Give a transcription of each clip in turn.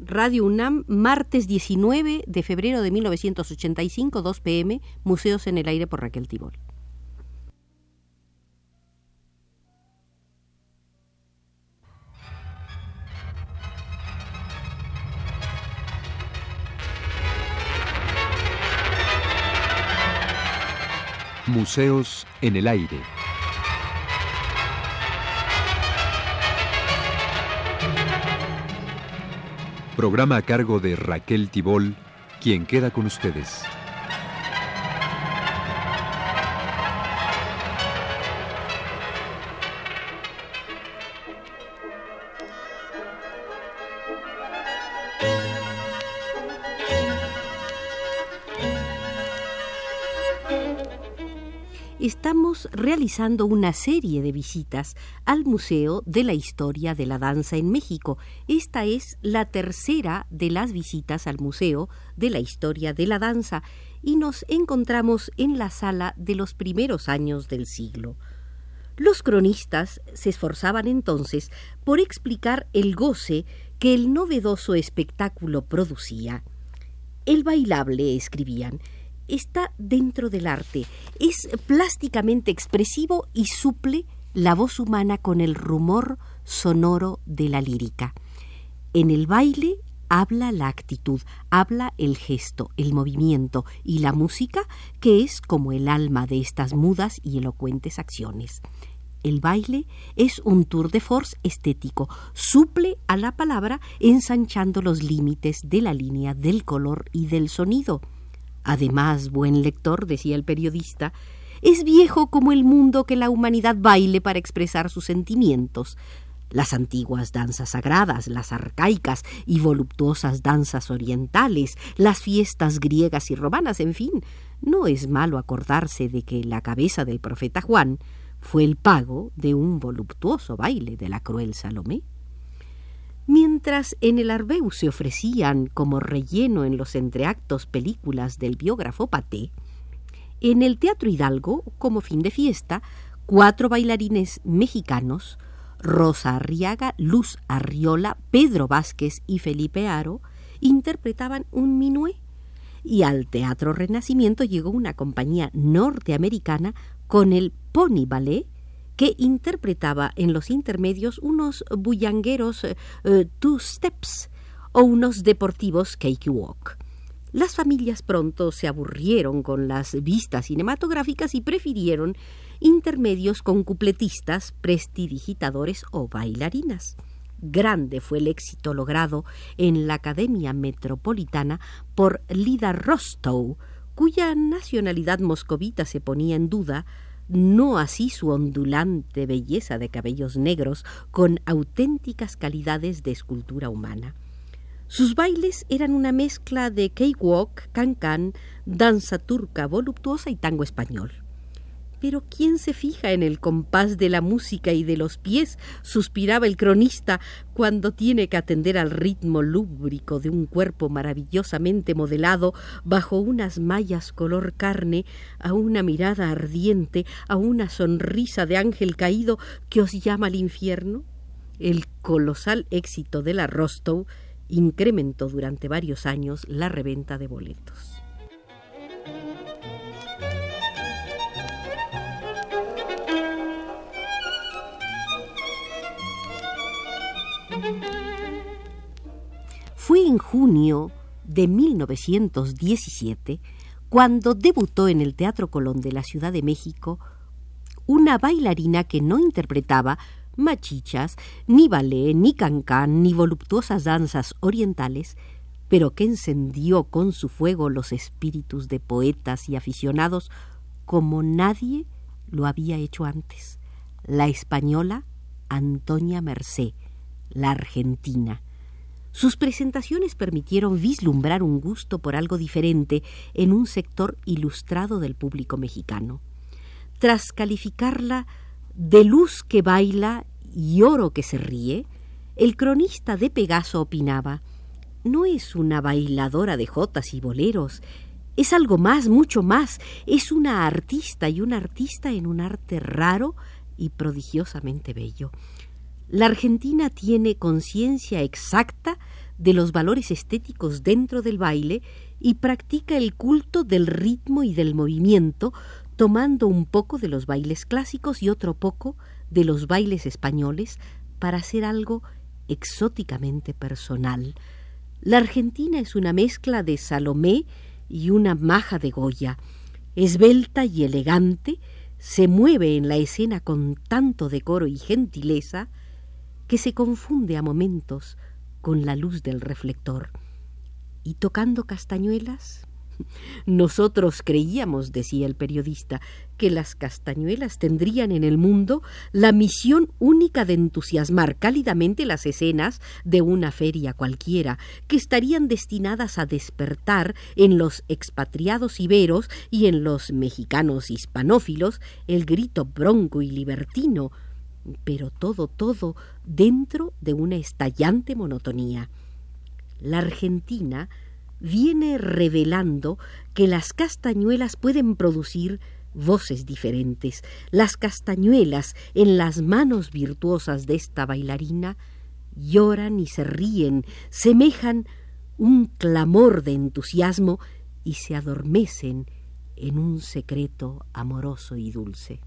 Radio UNAM, martes 19 de febrero de 1985, 2 p.m., Museos en el Aire por Raquel Tibol. Museos en el Aire. Programa a cargo de Raquel Tibol, quien queda con ustedes. Estamos realizando una serie de visitas al Museo de la Historia de la Danza en México. Esta es la tercera de las visitas al Museo de la Historia de la Danza y nos encontramos en la sala de los primeros años del siglo. Los cronistas se esforzaban entonces por explicar el goce que el novedoso espectáculo producía. El bailable, escribían, está dentro del arte, es plásticamente expresivo y suple la voz humana con el rumor sonoro de la lírica. En el baile habla la actitud, habla el gesto, el movimiento y la música, que es como el alma de estas mudas y elocuentes acciones. El baile es un tour de force estético, suple a la palabra ensanchando los límites de la línea del color y del sonido. Además, buen lector, decía el periodista, es viejo como el mundo que la humanidad baile para expresar sus sentimientos. Las antiguas danzas sagradas, las arcaicas y voluptuosas danzas orientales, las fiestas griegas y romanas, en fin, no es malo acordarse de que la cabeza del profeta Juan fue el pago de un voluptuoso baile de la cruel Salomé. Mientras en el Arbeu se ofrecían como relleno en los entreactos películas del biógrafo Paté, en el Teatro Hidalgo, como fin de fiesta, 4 bailarines mexicanos, Rosa Arriaga, Luz Arriola, Pedro Vázquez y Felipe Aro, interpretaban un minué, y al Teatro Renacimiento llegó una compañía norteamericana con el Pony Ballet, que interpretaba en los intermedios unos bullangueros two steps o unos deportivos cakewalk. Las familias pronto se aburrieron con las vistas cinematográficas y prefirieron intermedios con cupletistas, prestidigitadores o bailarinas. Grande fue el éxito logrado en la Academia Metropolitana por Lida Rostow, cuya nacionalidad moscovita se ponía en duda, no así su ondulante belleza de cabellos negros con auténticas calidades de escultura humana. Sus bailes eran una mezcla de cakewalk, can-can, danza turca voluptuosa y tango español. Pero ¿quién se fija en el compás de la música y de los pies?, suspiraba el cronista, cuando tiene que atender al ritmo lúbrico de un cuerpo maravillosamente modelado bajo unas mallas color carne, a una mirada ardiente, a una sonrisa de ángel caído que os llama al infierno. El colosal éxito de la Rostow incrementó durante varios años la reventa de boletos. Fue en junio de 1917 cuando debutó en el Teatro Colón de la Ciudad de México una bailarina que no interpretaba machichas, ni ballet, ni cancán, ni voluptuosas danzas orientales, pero que encendió con su fuego los espíritus de poetas y aficionados como nadie lo había hecho antes. La española Antonia Mercé, la argentina. Sus presentaciones permitieron vislumbrar un gusto por algo diferente en un sector ilustrado del público mexicano. Tras calificarla de luz que baila y oro que se ríe, el cronista de Pegaso opinaba: no es una bailadora de jotas y boleros, es algo más, mucho más, es una artista, y una artista en un arte raro y prodigiosamente bello. La Argentina tiene conciencia exacta de los valores estéticos dentro del baile y practica el culto del ritmo y del movimiento, tomando un poco de los bailes clásicos y otro poco de los bailes españoles para hacer algo exóticamente personal. La Argentina es una mezcla de Salomé y una maja de Goya. Esbelta y elegante, se mueve en la escena con tanto decoro y gentileza que se confunde a momentos con la luz del reflector. ¿Y tocando castañuelas? Nosotros creíamos, decía el periodista, que las castañuelas tendrían en el mundo la misión única de entusiasmar cálidamente las escenas de una feria cualquiera, que estarían destinadas a despertar en los expatriados iberos y en los mexicanos hispanófilos el grito bronco y libertino, pero todo dentro de una estallante monotonía. La Argentina viene revelando que las castañuelas pueden producir voces diferentes. Las castañuelas en las manos virtuosas de esta bailarina lloran y se ríen, semejan un clamor de entusiasmo y se adormecen en un secreto amoroso y dulce.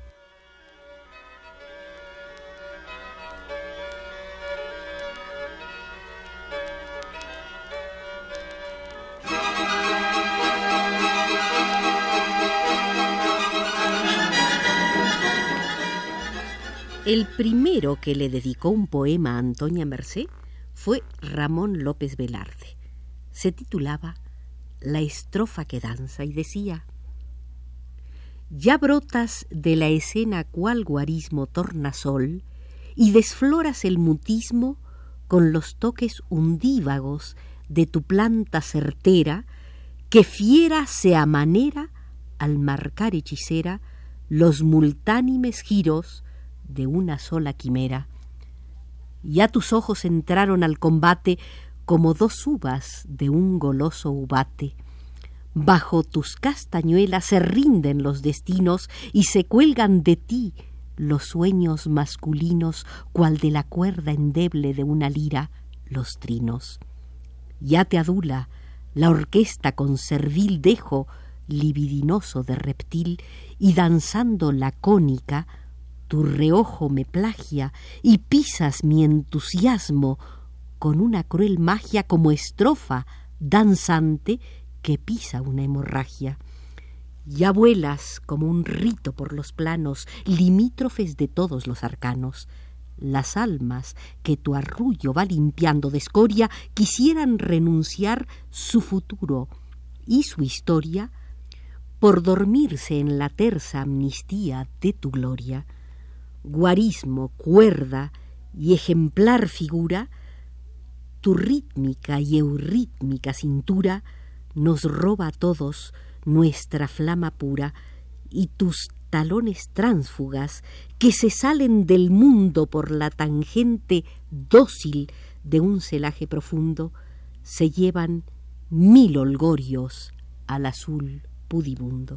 El primero que le dedicó un poema a Antonia Mercé fue Ramón López Velarde. Se titulaba La estrofa que danza y decía: ya brotas de la escena cual guarismo tornasol y desfloras el mutismo con los toques undívagos de tu planta certera, que fiera se amanera al marcar hechicera los multánimes giros de una sola quimera. Ya tus ojos entraron al combate como dos uvas de un goloso ubate. Bajo tus castañuelas se rinden los destinos y se cuelgan de ti los sueños masculinos, cual de la cuerda endeble de una lira los trinos. Ya te adula la orquesta con servil dejo libidinoso de reptil, y danzando la cónica tu reojo me plagia y pisas mi entusiasmo con una cruel magia como estrofa danzante que pisa una hemorragia. Ya vuelas como un rito por los planos limítrofes de todos los arcanos. Las almas que tu arrullo va limpiando de escoria quisieran renunciar su futuro y su historia por dormirse en la tersa amnistía de tu gloria. Guarismo, cuerda y ejemplar figura, tu rítmica y eurítmica cintura nos roba a todos nuestra flama pura, y tus talones tránsfugas que se salen del mundo por la tangente dócil de un celaje profundo se llevan 1000 holgorios al azul pudibundo.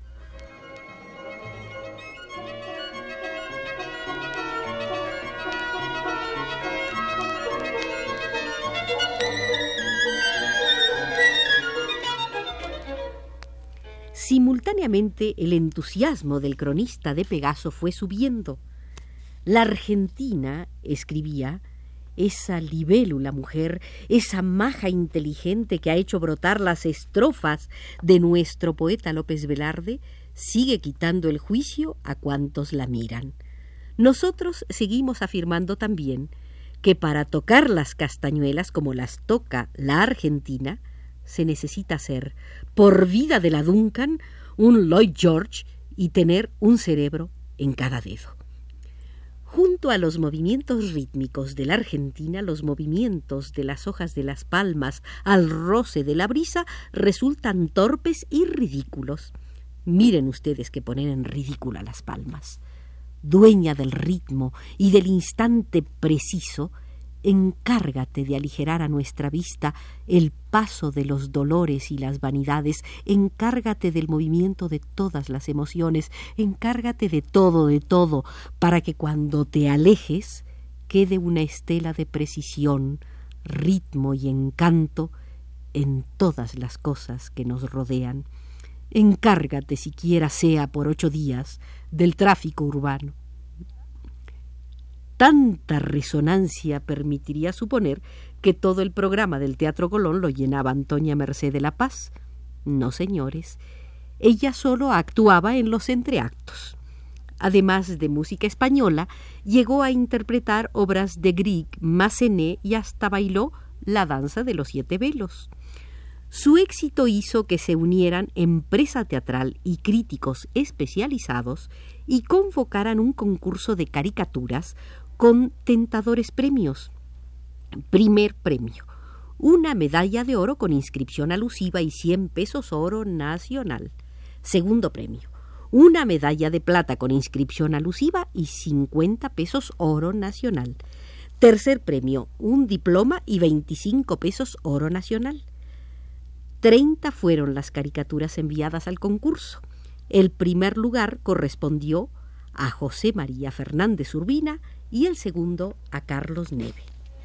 Simultáneamente, el entusiasmo del cronista de Pegaso fue subiendo. La Argentina, escribía, esa libélula mujer, esa maja inteligente que ha hecho brotar las estrofas de nuestro poeta López Velarde, sigue quitando el juicio a cuantos la miran. Nosotros seguimos afirmando también que para tocar las castañuelas como las toca la Argentina, se necesita ser, por vida de la Duncan, un Lloyd George y tener un cerebro en cada dedo. Junto a los movimientos rítmicos de la Argentina, los movimientos de las hojas de las palmas al roce de la brisa resultan torpes y ridículos. Miren ustedes que ponen en ridículo a las palmas. Dueña del ritmo y del instante preciso, encárgate de aligerar a nuestra vista el paso de los dolores y las vanidades, encárgate del movimiento de todas las emociones, encárgate de todo, para que cuando te alejes quede una estela de precisión ritmo y encanto en todas las cosas que nos rodean. Encárgate, siquiera sea por 8 días, del tráfico urbano. Tanta resonancia permitiría suponer que todo el programa del Teatro Colón lo llenaba Antonia Mercé de la Paz. No, señores, ella solo actuaba en los entreactos. Además de música española, llegó a interpretar obras de Grieg, Massenet y hasta bailó la danza de los 7 velos. Su éxito hizo que se unieran empresa teatral y críticos especializados y convocaran un concurso de caricaturas con tentadores premios. Primer premio: una medalla de oro con inscripción alusiva y 100 pesos oro nacional. Segundo premio: una medalla de plata con inscripción alusiva y 50 pesos oro nacional. Tercer premio: un diploma y 25 pesos oro nacional. 30 fueron las caricaturas enviadas al concurso. El primer lugar correspondió a José María Fernández Urbina y el segundo a Carlos Neve.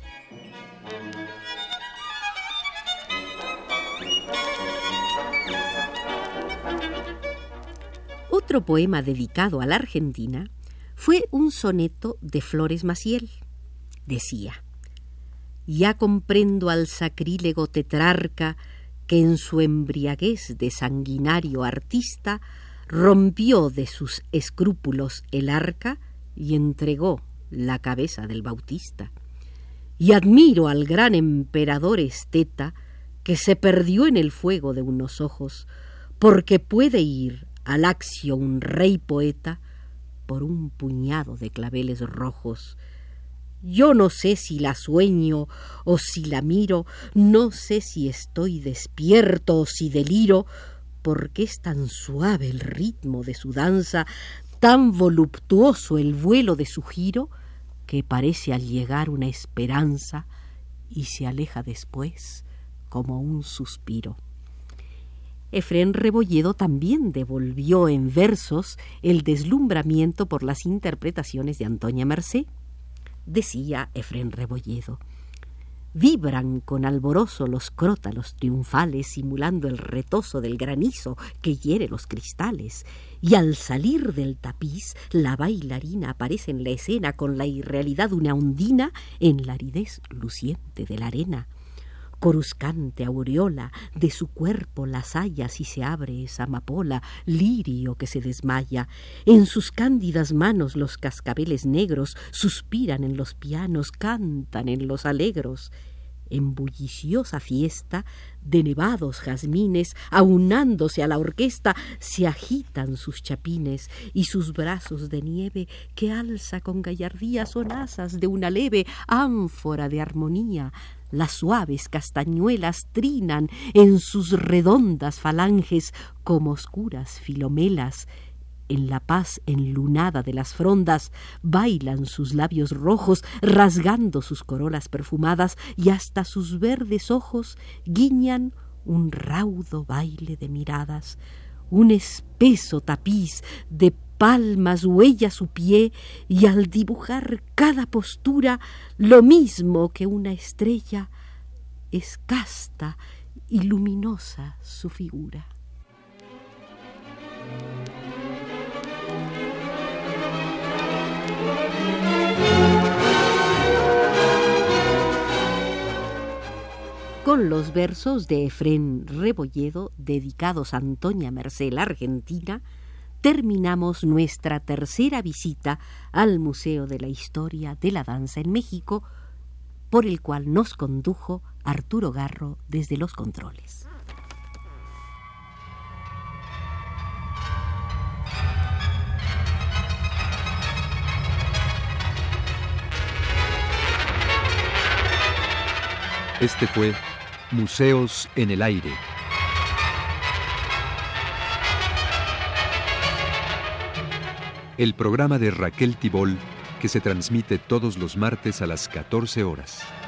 Otro poema dedicado a la Argentina fue un soneto de Flores Maciel. Decía: ya comprendo al sacrílego tetrarca que en su embriaguez de sanguinario artista rompió de sus escrúpulos el arca y entregó la cabeza del Bautista. Y admiro al gran emperador esteta que se perdió en el fuego de unos ojos, porque puede ir al Accio un rey poeta por un puñado de claveles rojos. Yo no sé si la sueño o si la miro, no sé si estoy despierto o si deliro, porque es tan suave el ritmo de su danza, tan voluptuoso el vuelo de su giro, que parece al llegar una esperanza y se aleja después como un suspiro. Efrén Rebolledo también devolvió en versos el deslumbramiento por las interpretaciones de Antonia Mercé. Decía Efrén Rebolledo: vibran con alborozo los crótalos triunfales, simulando el retozo del granizo que hiere los cristales, y al salir del tapiz la bailarina aparece en la escena con la irrealidad de una ondina en la aridez luciente de la arena. Coruscante aureola de su cuerpo las hayas y se abre esa amapola, lirio que se desmaya. En sus cándidas manos los cascabeles negros suspiran en los pianos, cantan en los alegros. En bulliciosa fiesta de nevados jazmines, aunándose a la orquesta, se agitan sus chapines y sus brazos de nieve que alza con gallardía son asas de una leve ánfora de armonía. Las suaves castañuelas trinan en sus redondas falanges como oscuras filomelas. En la paz enlunada de las frondas bailan sus labios rojos, rasgando sus corolas perfumadas, y hasta sus verdes ojos guiñan un raudo baile de miradas. Un espeso tapiz de palmas huella su pie, y al dibujar cada postura, lo mismo que una estrella, es casta y luminosa su figura. Con los versos de Efrén Rebolledo dedicados a Antonia Mercé, la Argentina, terminamos nuestra tercera visita al Museo de la Historia de la Danza en México, por el cual nos condujo Arturo Garro desde los controles. Este fue Museos en el Aire. El programa de Raquel Tibol, que se transmite todos los martes a las 14 horas.